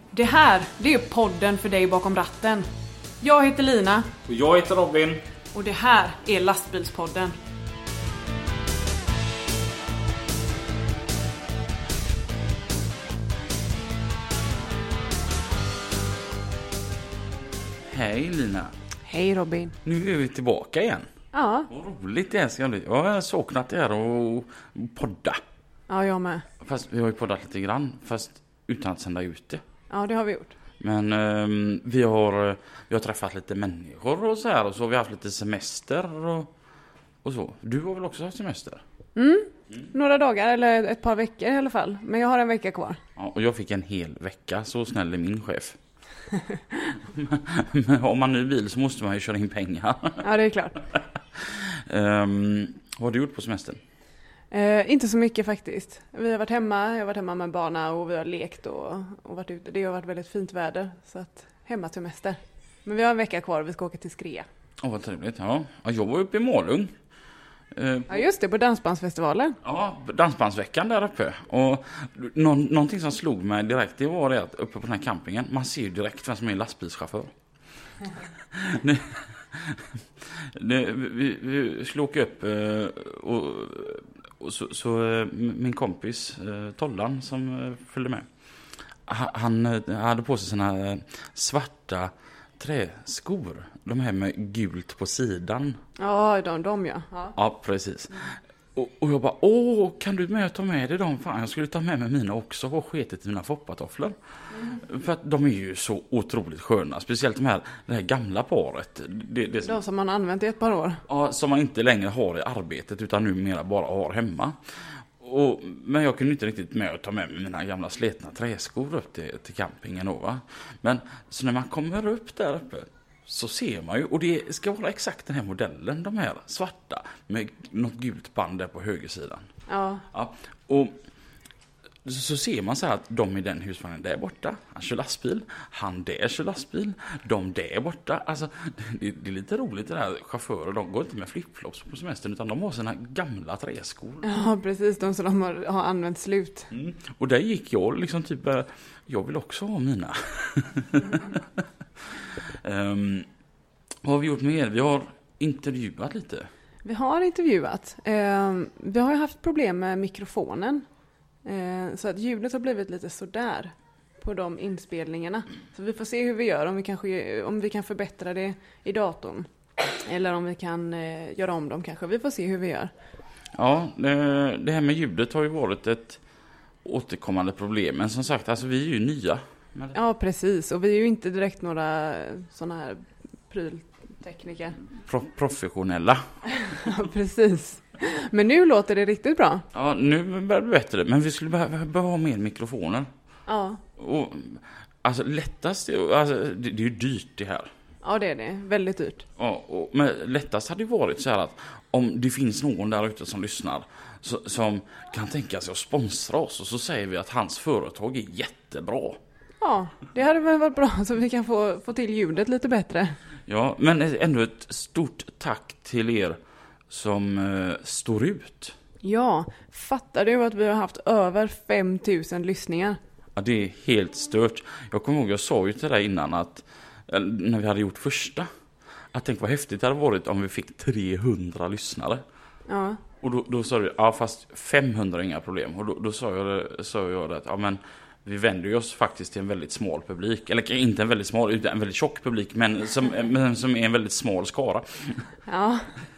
Det här, det är podden för dig bakom ratten. Jag heter Lina. Och jag heter Robin. Och det här är Lastbilspodden. Hej Lina. Hej Robin. Nu är vi tillbaka igen. Ja. Vad roligt det är ska bli. Jag har saknat det här och podda. Ja, jag med. Fast vi har ju poddat lite grann. Fast utan att sända ut det. Ja, det har vi gjort. Men vi har träffat lite människor och så här. Och så har vi haft lite semester och så. Du har väl också haft semester? Några dagar eller ett par veckor i alla fall. Men jag har en vecka kvar. Ja, och jag fick en hel vecka. Så snäll är min chef. Men om man nu bil så måste man ju köra in pengar. Ja, det är klart. Vad har du gjort på semestern? Inte så mycket faktiskt. Vi har varit hemma, jag har varit hemma med barna och vi har lekt och varit ute. Det har varit väldigt fint väder, så att hemmasemester. Men vi har en vecka kvar, vi ska åka till Skrea. Vad trevligt, ja. Jag var uppe i Malung. Ja just det, på Dansbandsfestivalen. Ja, dansbandsveckan där uppe. Och någonting som slog mig direkt, det var det att uppe på den här campingen, man ser ju direkt vem som är lastbilschaufför. Vi skulle åka upp och så min kompis Tollan som följde med. Han hade på sig såna svarta träskor. De här med gult på sidan. Ja, de ja. Ja, precis. Och jag bara, kan du med och ta med dig dem? Fan, jag skulle ta med mig mina också och sketit i mina foppatofflor. För att de är ju så otroligt sköna. Speciellt det här gamla paret. De som man har använt i ett par år. Ja, som man inte längre har i arbetet utan numera bara har hemma. Men jag kunde inte riktigt med att ta med mig mina gamla sletna träskor upp till campingen då, va? Men så när man kommer upp där uppe så ser man ju, och det ska vara exakt den här modellen, de här svarta med något gult band där på högersidan. Ja. Och så ser man så här att de i den husvagnen där borta, han kör lastbil, han där kör lastbil, de där borta. Alltså det är lite roligt det där, chaufförer, de går inte med flipflops på semestern utan de har sina gamla träskor. Ja, precis, de som de har använt slut. Och där gick jag liksom typ, jag vill också ha mina. Vad har vi gjort mer? Vi har intervjuat lite. Vi har intervjuat. Vi har ju haft problem med mikrofonen. Så att ljudet har blivit lite sådär på de inspelningarna. Så vi får se hur vi gör. Om vi kan förbättra det i datorn. Eller om vi kan göra om dem kanske. Vi får se hur vi gör. Ja, det här med ljudet har ju varit ett återkommande problem. Men som sagt, alltså vi är ju nya. Ja, precis. Och vi är ju inte direkt några sådana här pryltekniker. Professionella. Ja, precis. Men nu låter det riktigt bra. Ja, nu börjar det bli bättre. Men vi skulle behöva ha mer mikrofoner. Ja. Och alltså lättast, alltså, det är ju dyrt det här. Ja, det är det. Väldigt dyrt. Ja, men lättast hade ju varit så här att om det finns någon där ute som lyssnar som kan tänka sig att sponsra oss och så säger vi att hans företag är jättebra. Ja, det hade väl varit bra så vi kan få till ljudet lite bättre. Ja, men ändå ett stort tack till er som står ut. Ja, fattar du att vi har haft över 5000 lyssningar? Ja, det är helt stört. Jag kommer ihåg, jag sa ju till dig innan att när vi hade gjort första, att tänk vad häftigt det hade varit om vi fick 300 lyssnare. Ja. Och då sa du, ja fast 500 är inga problem. Och då sa jag det att, ja men vi vänder oss faktiskt till en väldigt smal publik. Eller inte en väldigt smal, utan en väldigt tjock publik. Men som är en väldigt smal skara. Ja.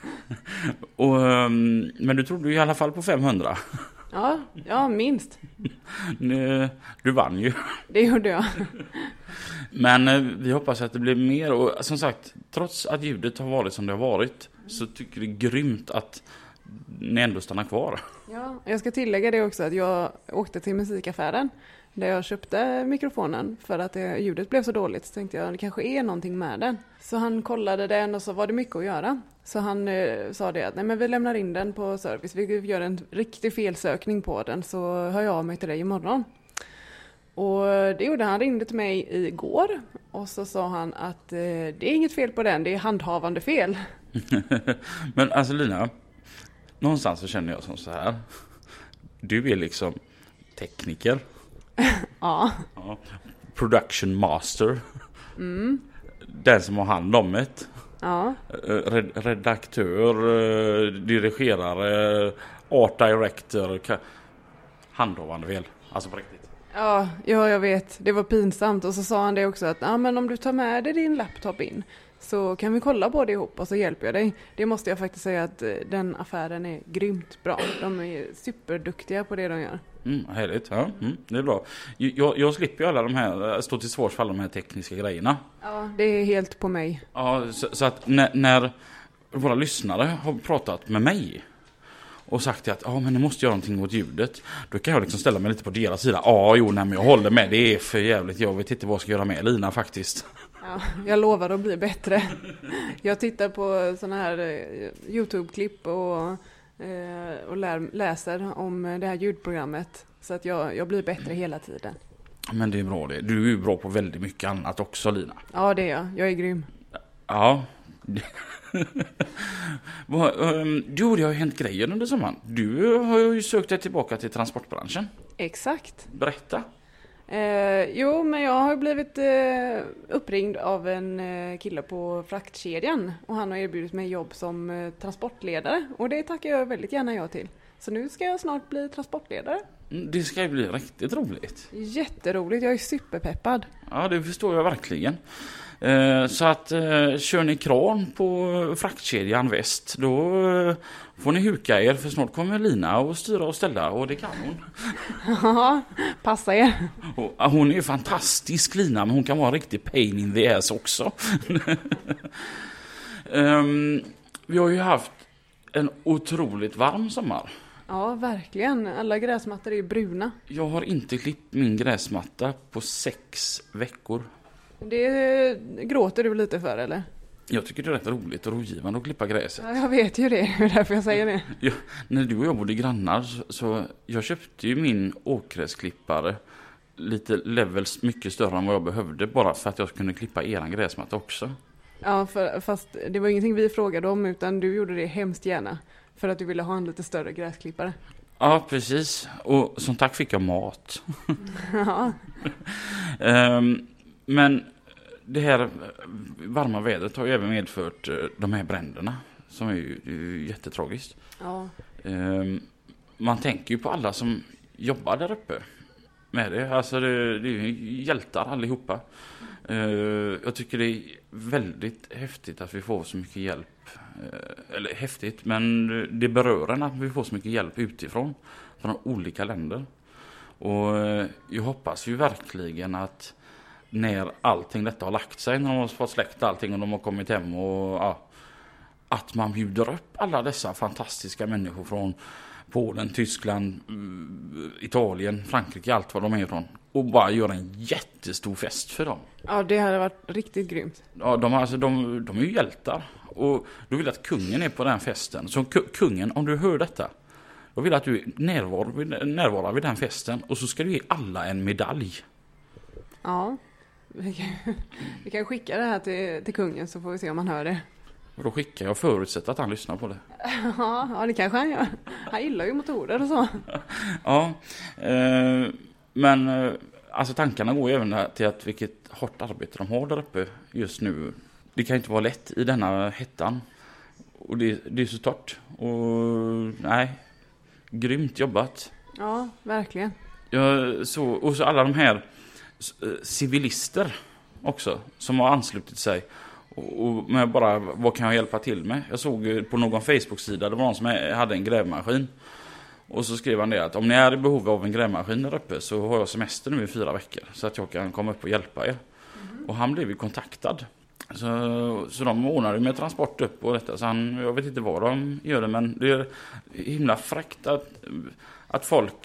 Men du trodde ju i alla fall på 500. Ja, minst. Du vann ju. Det gjorde jag. Men vi hoppas att det blir mer. Och som sagt, trots att ljudet har varit som det har varit, så tycker vi det är grymt att ni ändå stannar kvar. Ja, jag ska tillägga det också att jag åkte till musikaffären där jag köpte mikrofonen för att ljudet blev så dåligt. Så tänkte jag, det kanske är någonting med den. Så han kollade den och så var det mycket att göra. Så han sa det att nej, men vi lämnar in den på service. Vi gör en riktig felsökning på den så hör jag av mig till dig imorgon. Och det gjorde han, ringde till mig igår och så sa han att det är inget fel på den, det är handhavande fel. Men alltså Lina, någonstans så känner jag som så här. Du är liksom tekniker. Ja. production master. Den som har hand om det. Ja. Redaktör, dirigerare, art director, handhavande väl. Alltså på riktigt. Ja, jag vet. Det var pinsamt. Och så sa han det också att men om du tar med dig din laptop in så kan vi kolla på det ihop och så hjälper jag dig. Det måste jag faktiskt säga att den affären är grymt bra. De är superduktiga på det de gör. Härligt, ja. Det är bra. Jag slipper ju alla de här, stå till svårs för alla de här tekniska grejerna. Ja, det är helt på mig. Ja, så att när våra lyssnare har pratat med mig och sagt att men ni måste göra någonting åt ljudet, då kan jag liksom ställa mig lite på deras sida. Men jag håller med, det är för jävligt. Jag vet inte vad jag ska göra med Lina faktiskt. Ja, jag lovar att bli bättre. Jag tittar på såna här YouTube-klipp och läser om det här ljudprogrammet. Så att jag blir bättre hela tiden. Men det är bra det. Du är ju bra på väldigt mycket annat också, Lina. Ja, det är jag. Jag är grym. Ja. Du, det har ju hänt grejer under sommaren. Du har ju sökt dig tillbaka till transportbranschen. Exakt. Berätta. Jo, men jag har blivit uppringd av en kille på fraktkedjan. Och han har erbjudit mig jobb som transportledare. Och det tackar jag väldigt gärna ja till. Så nu ska jag snart bli transportledare. Det ska ju bli riktigt roligt. Jätteroligt, jag är superpeppad. Ja, det förstår jag verkligen. Så att kör ni kran på fraktkedjan väst, då får ni huka er, för snart kommer Lina och styra och ställa, och det kan hon. Ja, passa er. Och hon är ju fantastisk, Lina, men hon kan vara en riktig pain in the ass också. Vi har ju haft en otroligt varm sommar. Ja, verkligen. Alla gräsmattor är bruna. Jag har inte klippt min gräsmatta på 6 veckor. Det gråter du lite för, eller? Jag tycker det är rätt roligt och rogivande att klippa gräset. Ja, jag vet ju det. Det är därför jag säger det. Ja, när du och jag bodde grannar så jag köpte ju min åkgräsklippare lite levels mycket större än vad jag behövde, bara för att jag kunde klippa eran gräsmatta också. Ja, fast det var ingenting vi frågade om, utan du gjorde det hemskt gärna. För att du ville ha en lite större gräsklippare. Ja, precis. Och som tack fick jag mat. Ja. Men det här varma vädret har ju även medfört de här bränderna, som är ju jättetragiskt. Ja. Man tänker ju på alla som jobbar där uppe med det. Alltså det är ju hjältar allihopa. Jag tycker det är väldigt häftigt att vi får så mycket hjälp. Eller häftigt, men det berör en att vi får så mycket hjälp utifrån, från olika länder. Och jag hoppas ju verkligen att när allting detta har lagt sig, när de har fått släckt allting och de har kommit hem, och att man bjuder upp alla dessa fantastiska människor från Polen, Tyskland, Italien, Frankrike, allt vad de är ifrån, och bara gör en jättestor fest för dem. Ja, det hade varit riktigt grymt. Ja, de är ju hjältar. Och då vill jag att kungen är på den festen. Så kungen, om du hör detta, då vill jag att du närvarar vid den festen, och så ska du ge alla en medalj. Ja. Vi kan skicka det här till kungen, så får vi se om han hör det. Och då skickar jag, förutsätter att han lyssnar på det. Ja, det kanske han gör. Han gillar ju motorer och så. Ja, men alltså tankarna går ju även till att vilket hårt arbete de har där uppe just nu. Det kan inte vara lätt i denna hettan. Och det är så torrt. Och nej, grymt jobbat. Ja, verkligen. Och så alla de här civilister också som har anslutit sig. Och med bara, vad kan jag hjälpa till med? Jag såg på någon Facebook-sida, det var någon som hade en grävmaskin. Och så skrev han det att om ni är i behov av en grävmaskin där uppe, så har jag semester nu i 4 veckor, så att jag kan komma upp och hjälpa er. Och han blev ju kontaktad. Så de ordnade med transport upp och detta. Så jag vet inte vad de gör det, men det är himla fräckt att folk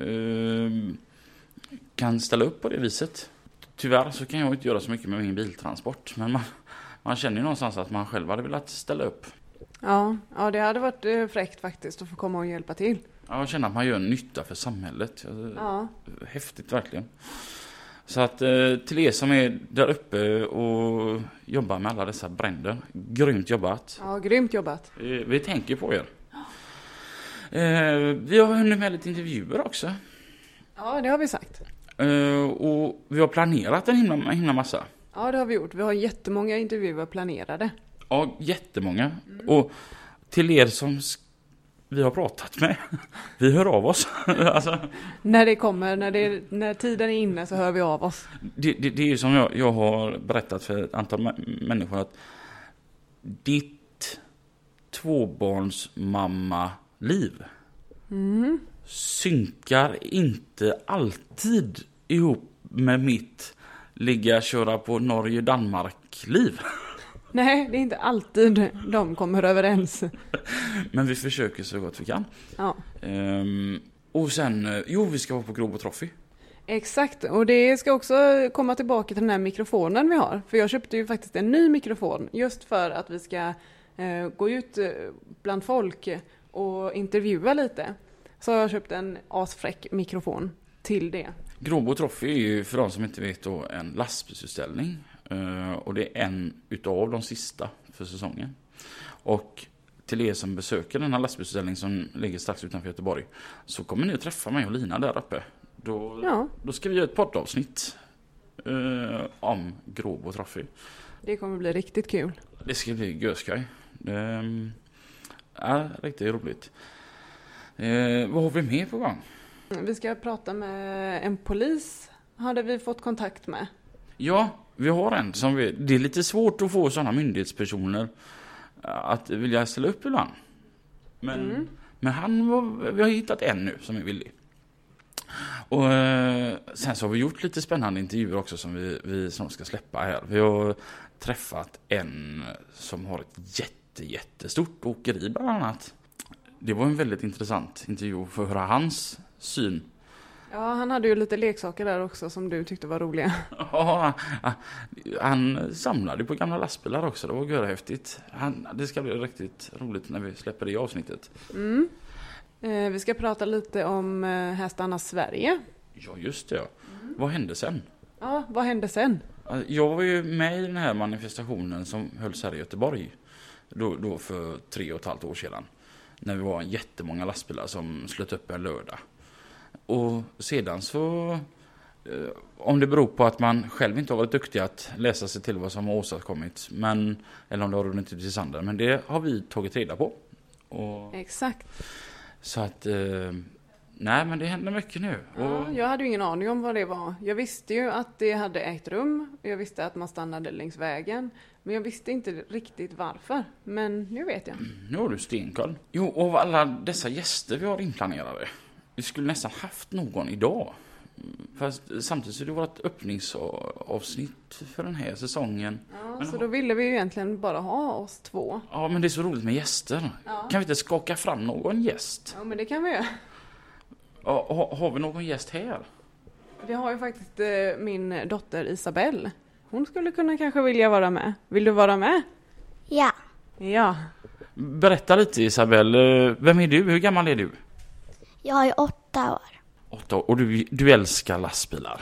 kan ställa upp på det viset. Tyvärr så kan jag inte göra så mycket med min biltransport, men man känner ju någonstans att man själv hade velat ställa upp. Ja, det hade varit fräckt faktiskt att få komma och hjälpa till. Ja, jag känner att man gör nytta för samhället. Ja. Häftigt verkligen. Så att till er som är där uppe och jobbar med alla dessa bränder, grymt jobbat. Ja, grymt jobbat. Vi tänker på er. Vi har hunnit med lite intervjuer också. Ja, det har vi sagt. Och vi har planerat en himla massa. Ja, det har vi gjort. Vi har jättemånga intervjuer planerade. Ja, jättemånga. Och till er som vi har pratat med, vi hör av oss. Alltså, När det kommer, när tiden är inne så hör vi av oss. det är ju som jag har berättat för ett antal människor att ditt tvåbarnsmamma-liv synkar inte alltid ihop med mitt köra på Norge-Danmark-liv. Nej, det är inte alltid de kommer överens. Men vi försöker så gott vi kan. Ja. Och sen, vi ska vara på Gråbo Trophy. Exakt, och det ska också komma tillbaka till den här mikrofonen vi har. För jag köpte ju faktiskt en ny mikrofon just för att vi ska gå ut bland folk och intervjua lite. Så jag köpt en asfräck mikrofon till det. Gråbo Trophy är ju, för de som inte vet, då, en lastbilsutställning. Och det är en utav de sista för säsongen. Och till er som besöker den här lastbilsutställningen som ligger strax utanför Göteborg, så kommer ni att träffa mig och Lina där uppe. Då ska vi göra ett poddavsnitt om Gråbo Trophy. Det kommer bli riktigt kul. Det ska bli görskoj. Ja, riktigt roligt. Vad har vi mer på gång? Vi ska prata med en polis, hade vi fått kontakt med. Ja, vi har en som det är lite svårt att få sådana myndighetspersoner att vilja ställa upp ibland. Men vi har hittat en nu som är villig. Och sen så har vi gjort lite spännande intervjuer också som vi som ska släppa här. Vi har träffat en som har ett jättestort åkeri bland annat. Det var en väldigt intressant intervju för att höra hans syn. Ja, han hade ju lite leksaker där också som du tyckte var roliga. Ja, han samlade på gamla lastbilar också. Det var görhäftigt. Det ska bli riktigt roligt när vi släpper det i avsnittet. Vi ska prata lite om Här stannar Sverige. Ja, just det. Vad hände sen? Ja, vad hände sen? Jag var ju med i den här manifestationen som hölls här i Göteborg. Då för 3,5 år sedan. När vi var jättemånga lastbilar som slöt upp en lördag. Och sedan så, om det beror på att man själv inte har varit duktig att läsa sig till vad som har åstadkommits, eller om det har runnit ut i sanden, men det har vi tagit reda på. Exakt. Så att, nej, men det händer mycket nu. Ja, jag hade ju ingen aning om vad det var. Jag visste ju att det hade ägt rum. Jag visste att man stannade längs vägen. Men jag visste inte riktigt varför. Men nu vet jag. Nu har du stenkoll. Jo, och av alla dessa gäster vi har inplanerade, vi skulle nästan haft någon idag. Fast samtidigt så är det vårt öppningsavsnitt för den här säsongen. Ja, men så då ville vi ju egentligen bara ha oss två. Ja, men det är så roligt med gäster. Ja. Kan vi inte skaka fram någon gäst? Ja, men det kan vi göra. Ja, har vi någon gäst här? Vi har ju faktiskt min dotter Isabelle. Hon skulle kanske vilja vara med. Vill du vara med? Ja. Ja. Berätta lite, Isabelle. Vem är du? Hur gammal är du? Jag är 8 år. 8 år. Och du älskar lastbilar?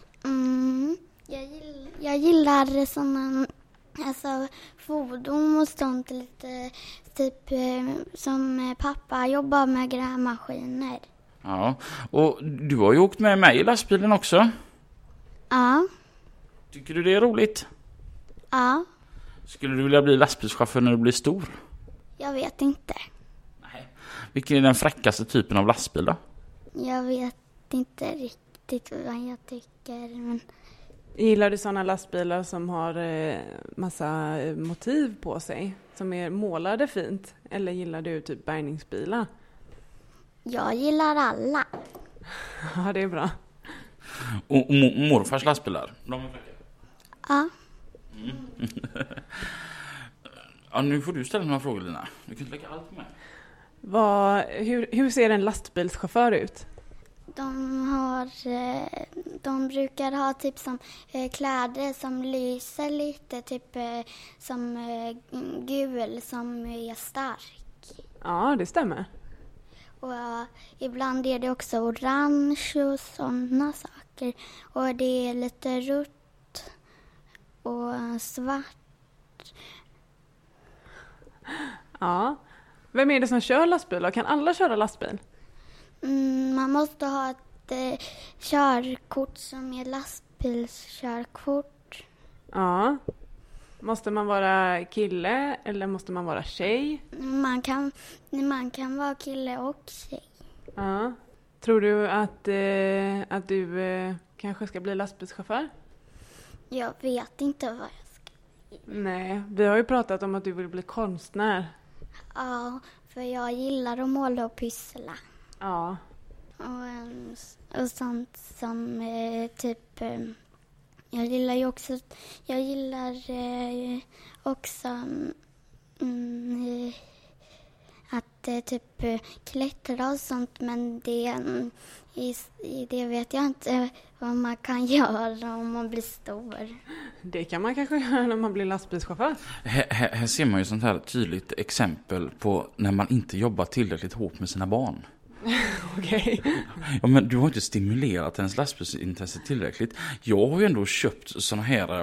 Jag gillar sådana fordon och sånt lite typ som pappa jobbar med grävmaskiner. Ja, och du har ju åkt med mig i lastbilen också. Ja. Tycker du det är roligt? Ja. Skulle du vilja bli lastbilschaufför när du blir stor? Jag vet inte. Nej. Vilken är den fräckaste typen av lastbil då? Jag vet inte riktigt vad jag tycker. Men... Gillar du sådana lastbilar som har massa motiv på sig? Som är målade fint? Eller gillar du typ bärgningsbilar? Jag gillar alla. Ja, det är bra. Och morfars lastbilar? De är fräcka? Ja. Ja, nu får du ställa några frågor, Lina. Du kan inte lägga allt med. Hur ser en lastbilschaufför ut? De brukar ha typ som kläder som lyser lite, typ som gul som är stark. Ja, det stämmer. Och ibland är det också orange och sådana saker. Och det är lite rött och svart. Ja. Vem är det som kör lastbil? Kan alla köra lastbil? Man måste ha körkort som är lastbilskörkort. Ja. Måste man vara kille eller måste man vara tjej? Man kan vara kille och tjej. Ja. Tror du att du kanske ska bli lastbilschaufför? Jag vet inte vad jag ska. Nej, vi har ju pratat om att du vill bli konstnär. Ja, för jag gillar att måla och pyssla. Ja. Och sånt som typ... Jag gillar också att typ klättra och sånt, men det vet jag inte vad man kan göra om man blir stor. Det kan man kanske göra när man blir lastbilschaufför. Här ser man ju sånt här tydligt exempel på när man inte jobbar tillräckligt hårt med sina barn. Okej. Ja, men du har inte stimulerat ens lastbilsintresse tillräckligt. Jag har ju ändå köpt såna här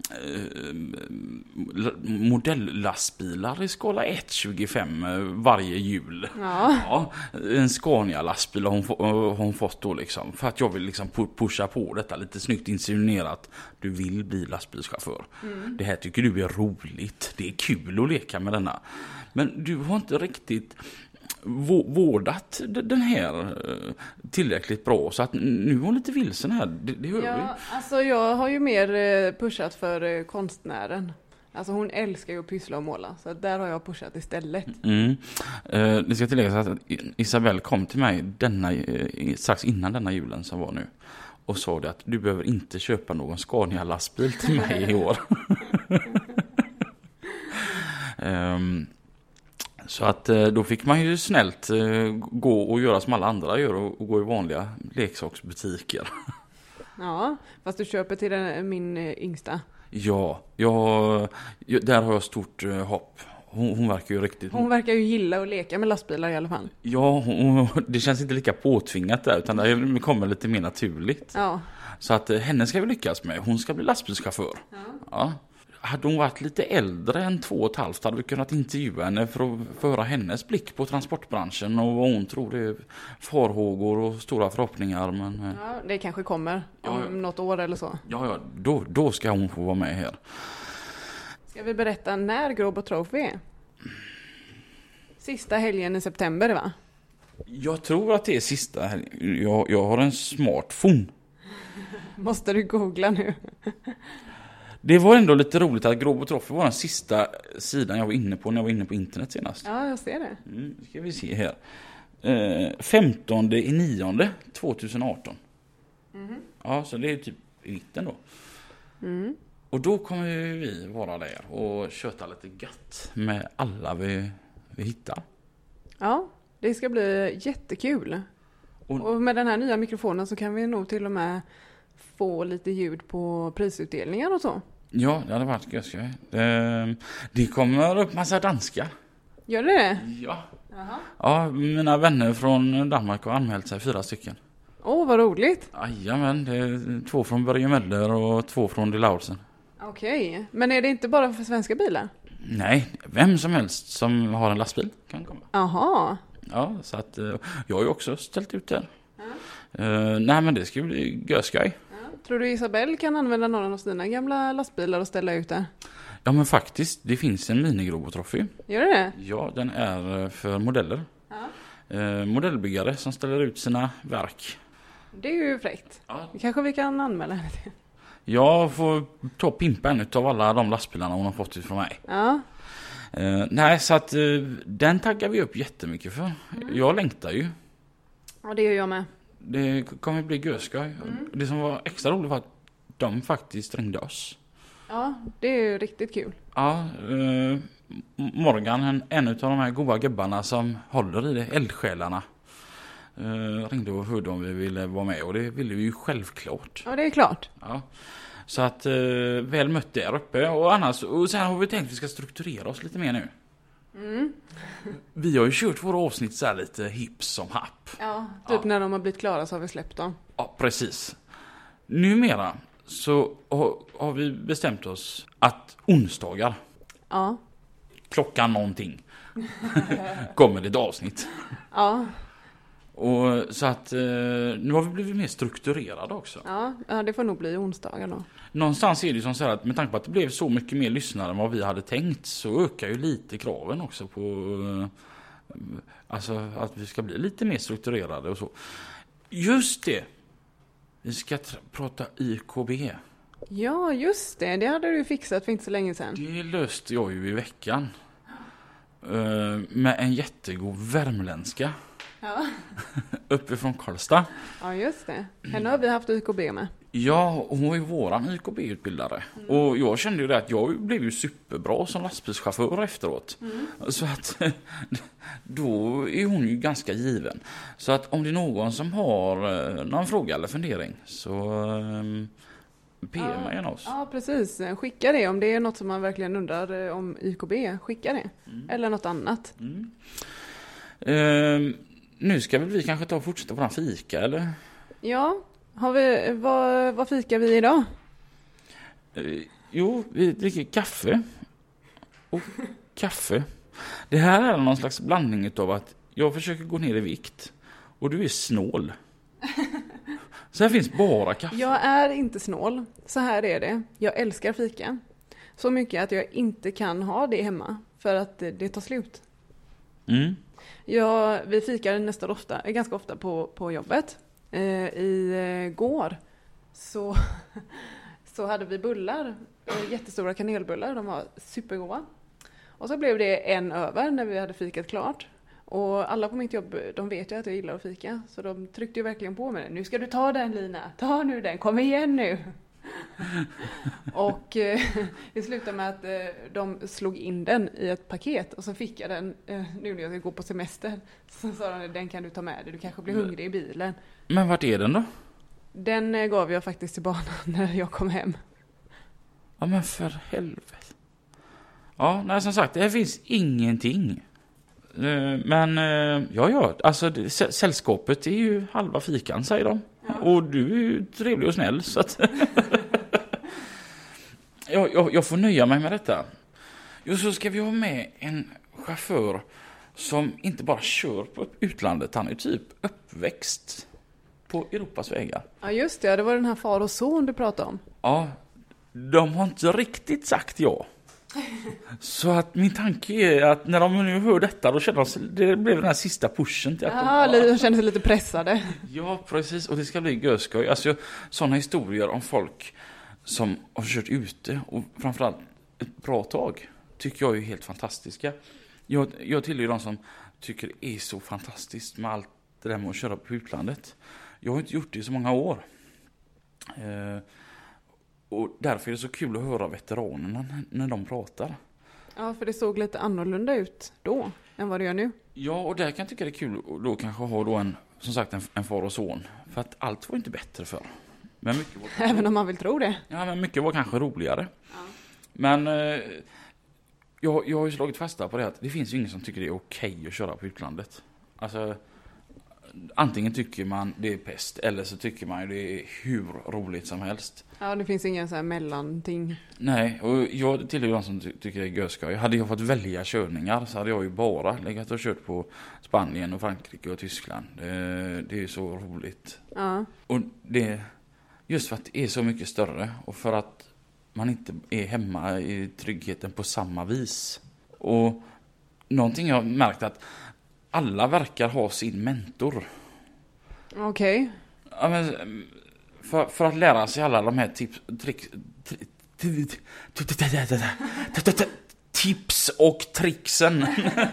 modelllastbilar i skala 1,25 varje jul. Ja. Ja, en Scania-lastbil har hon fått då liksom. För att jag vill liksom pusha på detta lite snyggt insinuerat. Du vill bli lastbilschaufför. Det här tycker du är roligt. Det är kul att leka med denna. Men du har inte riktigt vårdat den här tillräckligt bra, så att nu är hon lite vilsen här. Det hör vi. Alltså jag har ju mer pushat för konstnären. Alltså hon älskar ju att pyssla och måla, så där har jag pushat istället. Det ska tilläggas att Isabelle kom till mig strax innan denna julen som var nu och sa det att du behöver inte köpa någon Scania-lastbil till mig i år. Så att då fick man ju snällt gå och göra som alla andra gör och gå i vanliga leksaksbutiker. Ja, fast du köper till min yngsta. Ja, där har jag stort hopp. Hon verkar ju riktigt... Hon verkar ju gilla att leka med lastbilar i alla fall. Ja, det känns inte lika påtvingat där, utan det kommer lite mer naturligt. Ja. Så att henne ska vi lyckas med. Hon ska bli lastbilschaufför. Ja. Hade hon varit lite äldre än 2,5 hade vi kunnat intervjua henne för att föra hennes blick på transportbranschen och vad hon tror är farhågor och stora förhoppningar. Men, ja, det kanske kommer om något år eller så. Ja, då ska hon få vara med här. Ska vi berätta när Gråbo Trophy är? Sista helgen i september, va? Jag tror att det är sista helgen. Jag har en smartphone. Måste du googla nu? Det var ändå lite roligt att Gråbo Trophy var den sista sidan jag var inne på när jag var inne på internet senast. Ja, jag ser det. Ska vi se här. 15/9/2018. Ja, så det är typ i mitten då. Och då kommer vi vara där och köta lite gött med alla vi hittar. Ja, det ska bli jättekul. Och med den här nya mikrofonen så kan vi nog till och med få lite ljud på prisutdelningar och så. Ja, det hade varit gött. Det kommer upp massa danska. Gör det? Ja. Aha. Ja, mina vänner från Danmark har anmält sig 4 stycken. Vad roligt. Jajamän, det är 2 från Börje Möller och 2 från De Laursen. Okej, men är det inte bara för svenska bilar? Nej, vem som helst som har en lastbil kan komma. Aha. Ja, så att jag har ju också ställt ut där. Nej, men det ska bli göskaj. Tror du Isabelle kan använda någon av sina gamla lastbilar och ställa ut där? Ja, men faktiskt, det finns en mini-Gråbo Trophy. Gör det? Ja, den är för modeller. Modellbyggare som ställer ut sina verk. Det är ju fräckt. Ja. Kanske vi kan anmäla det till. Jag får ta pimpa en av alla de lastbilarna hon har fått från mig. Ja. Nej, så att den taggar vi upp jättemycket för. Jag längtar ju. Ja, det gör jag med. Det kommer bli göskaj. Det som var extra roligt var att de faktiskt ringde oss. Ja, det är ju riktigt kul. Ja, Morgan, en av de här goda gubbarna som håller i det, eldsjälarna, ringde och hörde om vi ville vara med, och det ville vi ju självklart. Ja, det är klart. Ja. Så att väl mött där uppe, och annars, och sen har vi tänkt att vi ska strukturera oss lite mer nu. Vi har ju kört våra avsnitt så här lite hipp som happ. Ja, typ när de har blivit klara så har vi släppt dem. Ja, precis. Numera så har vi bestämt oss att onsdagar, Ja. klockan någonting, kommer det ett avsnitt. Ja. Och så att nu har vi blivit mer strukturerade också. Ja, det får nog bli onsdagar då. Någonstans är det som så här att med tanke på att det blev så mycket mer lyssnare än vad vi hade tänkt, så ökar ju lite kraven också på alltså att vi ska bli lite mer strukturerade och så. Just det! Vi ska prata IKB. Ja, just det. Det hade du fixat för inte så länge sedan. Det löste jag ju i veckan. Med en jättegod värmländska. Ja. Uppifrån Karlstad. Ja, just det. Henne har vi haft IKB med. Ja, hon var ju våran IKB-utbildare. Och jag kände ju det att jag blev ju superbra som lastbilschaufför efteråt. Så att då är hon ju ganska given. Så att om det är någon som har någon fråga eller fundering, så PM gärna oss. Ja, precis. Skicka det om det är något som man verkligen undrar om IKB. Skicka det. Eller något annat. Nu ska väl vi kanske ta och fortsätta på den fika, eller? Ja, vad fikar vi idag? Jo, vi dricker kaffe. Och kaffe. Det här är någon slags blandning av att jag försöker gå ner i vikt och du är snål. Så här finns bara kaffe. Jag är inte snål. Så här är det. Jag älskar fika. Så mycket att jag inte kan ha det hemma. För att det tar slut. Vi fikar ganska ofta på jobbet. Igår så hade vi bullar. Jättestora kanelbullar. De var supergoda. Och så blev det en över när vi hade fikat klart. Och alla på mitt jobb, de vet ju att jag gillar att fika. Så de tryckte ju verkligen på mig. Nu ska du ta den, Lina. Ta nu den. Kom igen nu. Och det slutade med att de slog in den i ett paket. Och så fick jag den nu när jag ska gå på semester. Så sa de, den kan du ta med dig. Du kanske blir hungrig i bilen. Men vart är den då? Den gav jag faktiskt till barnen när jag kom hem. Ja, men för helvete. Ja, nej, som sagt, det finns ingenting. Men alltså sällskapet är ju halva fikan, säger de. Ja. Och du är ju trevlig och snäll, så att jag får nöja mig med detta. Jo, så ska vi ha med en chaufför som inte bara kör på utlandet, han är typ uppväxt på Europas vägar. Ja, just det. Det var den här far och son du pratade om. Ja, de har inte riktigt sagt ja. Så att min tanke är att när de nu hör detta, då känner de, det blev den här sista pushen till att de känner sig lite pressade. Ja, precis. Och det ska bli göskoj. Alltså, sådana historier om folk som har kört ute och framförallt ett bra tag tycker jag är helt fantastiska. Jag tillhör de som tycker det är så fantastiskt med allt det där med att köra på utlandet. Jag har inte gjort det i så många år. Och därför är det så kul att höra veteranerna när de pratar. Ja, för det såg lite annorlunda ut då än vad det gör nu. Ja, och där kan jag tycka det är kul att då kanske ha då en far och son. För att allt var inte bättre för. Men mycket var även om man vill tro det. Ja, men mycket var kanske roligare. Ja. Men jag har ju slagit fasta på det att det finns ju ingen som tycker det är okej att köra på utlandet. Alltså, antingen tycker man det är pest eller så tycker man ju det är hur roligt som helst. Ja, det finns ingen så här mellanting. Nej, och jag tillhör de som tycker det är göskoj. Hade jag fått välja körningar så hade jag ju bara legat och kört på Spanien och Frankrike och Tyskland. Det är så roligt. Ja. Och det just för att det är så mycket större och för att man inte är hemma i tryggheten på samma vis. Och någonting jag har märkt att alla verkar ha sin mentor. Okej. Ja, men för att lära sig alla de här tips och tricksen.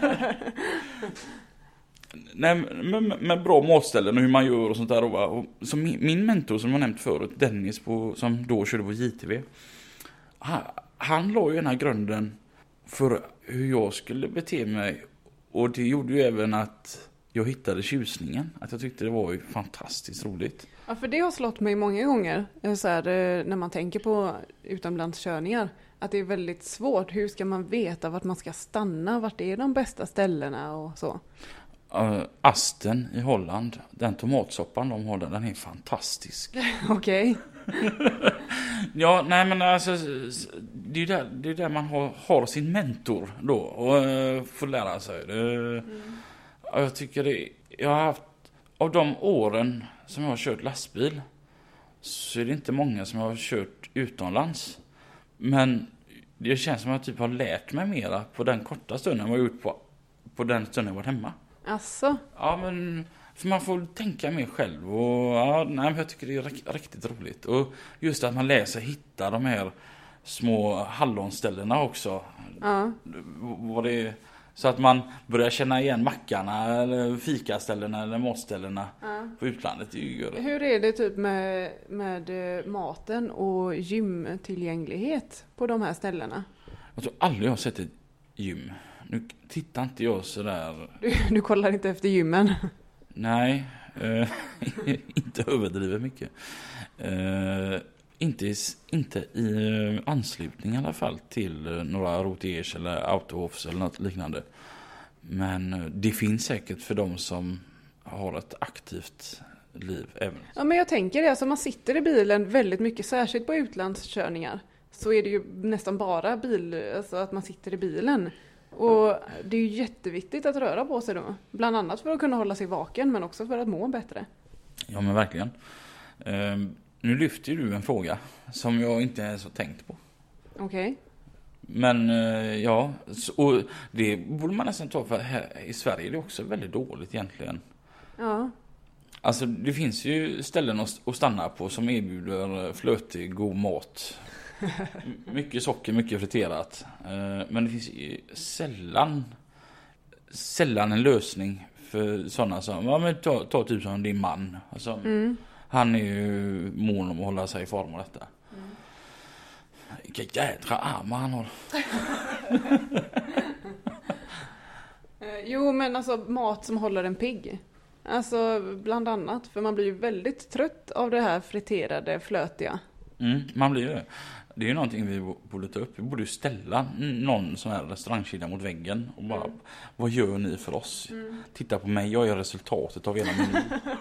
Nej, med bra matställen och hur man gör och sånt där. Och som min mentor som jag nämnt förut, Dennis som då körde på JTV. Han la ju den här grunden för hur jag skulle bete mig. Och det gjorde ju även att jag hittade tjusningen. Att jag tyckte det var ju fantastiskt roligt. Ja, för det har slått mig många gånger. Så här, när man tänker på utomlandskörningar. Att det är väldigt svårt. Hur ska man veta vart man ska stanna? Vart är de bästa ställena och så? Asten i Holland. Den tomatsoppan de har där, den är fantastisk. Okej. Ja, nej men alltså det är där man har sin mentor då och får lära sig. Jag tycker jag har haft av de åren som jag har kört lastbil så är det inte många som jag har kört utomlands. Men det känns som att jag typ har lärt mig mera på den korta stunden jag har gjort på den stunden jag varit hemma. Asså? Ja, men för man får tänka mer själv och ja, nej, men jag tycker det är riktigt roligt. Och just att man hitta de här små hallonställena också. Ja. Vad det är, så att man börjar känna igen mackarna eller fikaställena eller matställena på utlandet. Det är ju gör. Hur är det typ med maten och gymtillgänglighet på de här ställena? Jag tror aldrig jag har sett ett gym. Nu tittar inte jag så där. Du kollar inte efter gymmen? Nej, inte överdrivet mycket. Inte i anslutning i alla fall till några rotiers eller autohoffs eller något liknande. Men det finns säkert för de som har ett aktivt liv även. Ja, men jag tänker det, alltså man sitter i bilen väldigt mycket, särskilt på utlandskörningar. Så är det ju nästan bara alltså att man sitter i bilen. Och det är ju jätteviktigt att röra på sig då. Bland annat för att kunna hålla sig vaken, men också för att må bättre. Ja, men verkligen. Nu lyfter du en fråga som jag inte ens har tänkt på. Okej. Men ja, och det borde man nästan ta, för här i Sverige är det också väldigt dåligt egentligen. Ja. Alltså det finns ju ställen att stanna på som erbjuder flötig, god mat. Mycket socker, mycket friterat. Men det finns ju sällan en lösning för sådana som, ja men ta typ som din man. Alltså, han är ju mån om att hålla sig i form av detta. Vilka jädra armar han har. Jo, men alltså mat som håller en pigg. Alltså bland annat, för man blir ju väldigt trött av det här friterade, flötiga. Man blir det. Det är ju någonting vi borde ta upp. Vi borde ju ställa någon sån här restaurangkedja mot väggen och bara, vad gör ni för oss? Titta på mig, jag är resultatet av hela menyn.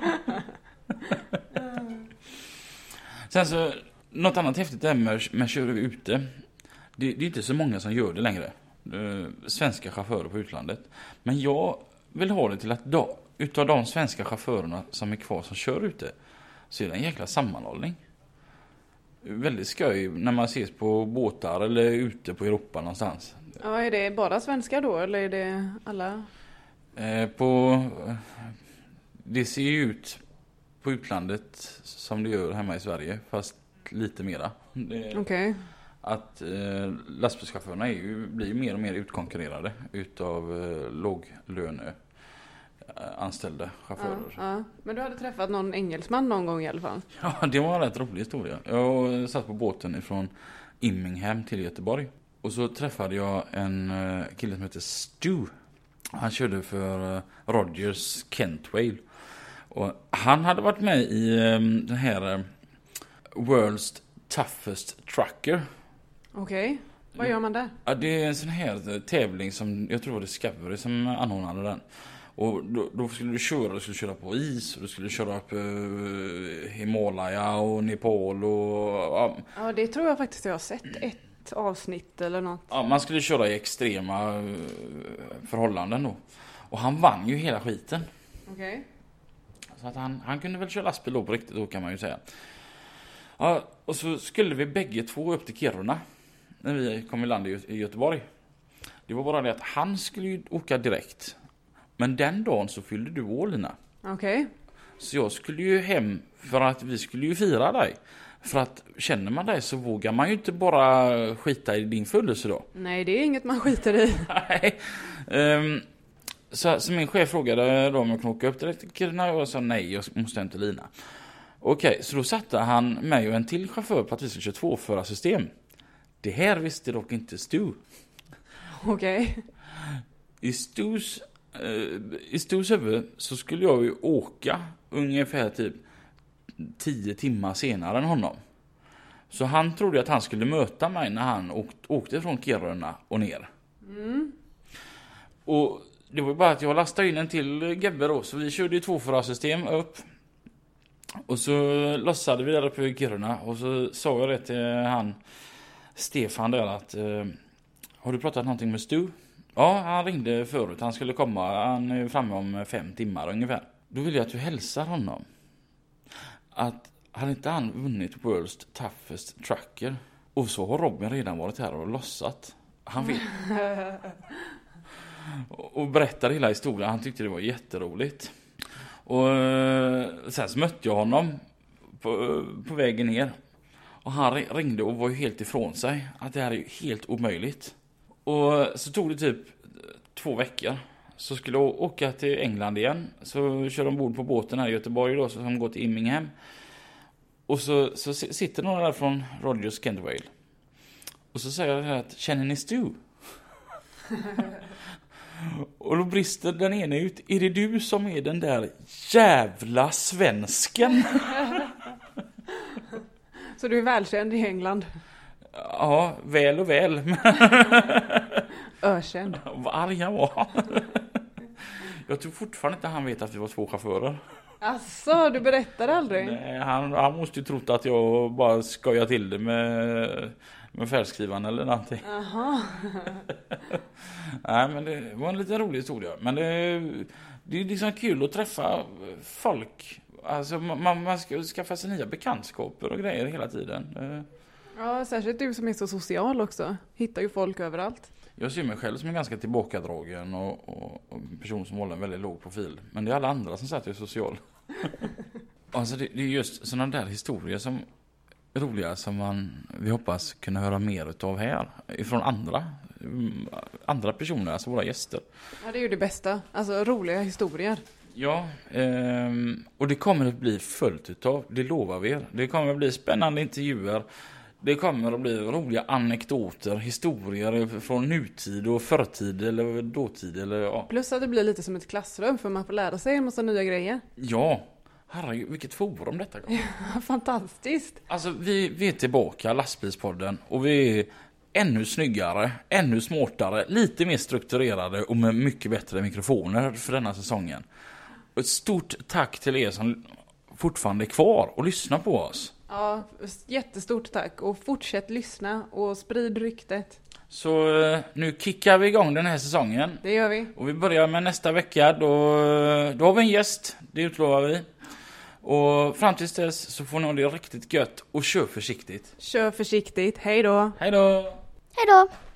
Sen så, något annat häftigt är med köra ute. Det är inte så många som gör det längre. Svenska chaufförer på utlandet. Men jag vill ha det till att utav de svenska chaufförerna som är kvar som kör ute, så är det en jäkla sammanhållning. Väldigt skoj när man ses på båtar eller ute på Europa någonstans. Ja, är det bara svenskar då eller är det alla? Det ser ju ut på utlandet som det gör hemma i Sverige, fast lite mera. Okej. Att lastbilschaufförerna blir mer och mer utkonkurrerade utav låglöneanställda chaufförer. Ja. Men du hade träffat någon engelsman någon gång i alla fall? Ja, det var en rätt rolig historia. Jag satt på båten ifrån Immingham till Göteborg. Och så träffade jag en kille som heter Stu. Han körde för Rogers Kentwale. Och han hade varit med i den här World's Toughest Trucker. Okej. Vad gör man där? Ja, det är en sån här tävling som jag tror var Discovery som anordnade den. Och då skulle du köra på is och du skulle köra upp Himalaya och Nepal och Ja, det tror jag faktiskt jag har sett ett avsnitt eller något. Ja, man skulle köra i extrema förhållanden då. Och han vann ju hela skiten. Okej. Så att han kunde väl köra lastbil då på riktigt då, kan man ju säga. Ja, och så skulle vi bägge två upp till Kiruna när vi kom i land i Göteborg. Det var bara det att han skulle ju åka direkt. Men den dagen så fyllde du år, Lina. Okej. Så jag skulle ju hem för att vi skulle ju fira dig. För att känner man dig så vågar man ju inte bara skita i din födelsedag. Nej, det är inget man skiter i. Nej. Så min chef frågade då om jag kunde åka upp direkt till Kiruna och jag sa nej, jag måste inte Lina. Okej, så då satte han mig och en till chaufför på att vi skulle köra tvåförarsystem. Det här visste dock inte Stu. Okej. I Stus huvud så skulle jag ju åka ungefär typ 10 timmar senare än honom. Så han trodde att han skulle möta mig när han åkte från Kiruna och ner. Och det var ju bara att jag lastade in en till Gebbe då. Så vi körde ju tvåförarsystem upp. Och så lossade vi där uppe i Kiruna. Och så sa jag det till han Stefan där att har du pratat någonting med Stu? Ja, han ringde förut. Han skulle komma. Han är framme om 5 timmar ungefär. då vill jag att du hälsar honom att han inte han vunnit World's Toughest Trucker. Och så har Robin redan varit här och lossat. Han vet. Och berättar hela historien. Han tyckte det var jätteroligt. Och sen så mötte jag honom på vägen ner. Och han ringde och var ju helt ifrån sig. Att det här är ju helt omöjligt. Och så tog det typ 2 veckor. Så skulle jag åka till England igen. Så kör de ombord på båten här i Göteborg då. Som går till Immingham. Och så sitter några där från Rogers Kentwale. Och så säger jag att känner ni Stu? Och då brister den ene ut. Är det du som är den där jävla svensken? Så du är välkänd i England? Ja, väl och väl. Ökänd. Vad arg han var. Jag tror fortfarande inte han vet att vi var 2 chaufförer. Asså, du berättade aldrig? Nej, han måste ju trott att jag bara skojar till det med färgskrivaren eller någonting. Jaha. Nej, men det var en lite rolig historia. Men det är liksom kul att träffa folk. Alltså man ska skaffa sig nya bekantskaper och grejer hela tiden. Ja, särskilt du som är så social också. Hittar ju folk överallt. Jag ser mig själv som en ganska tillbakadragen och en person som håller en väldigt låg profil. Men det är alla andra som säger att jag är social. Alltså det är just sådana där historier som är roliga som vi hoppas kunna höra mer utav här. Ifrån andra personer, alltså våra gäster. Ja, det är ju det bästa. Alltså roliga historier. Ja, och det kommer att bli fullt utav, det lovar vi er. Det kommer att bli spännande intervjuer. Det kommer att bli roliga anekdoter, historier från nutid och förtid eller dåtid. Eller, ja. Plus att det blir lite som ett klassrum för man får lära sig en massa nya grejer. Ja, herregud, vilket forum detta går. Fantastiskt. Alltså vi är tillbaka, Lastbilspodden, och vi är ännu snyggare, ännu smartare, lite mer strukturerade och med mycket bättre mikrofoner för denna säsongen. Och ett stort tack till er som fortfarande är kvar och lyssnar på oss. Ja, jättestort tack. Och fortsätt lyssna och sprid ryktet. Så nu kickar vi igång den här säsongen. Det gör vi. Och vi börjar med nästa vecka. Då har vi en gäst, det utlovar vi. Och fram tills dess så får ni ha det riktigt gött och kör försiktigt. Kör försiktigt. Hej då. Hej då. Hej då!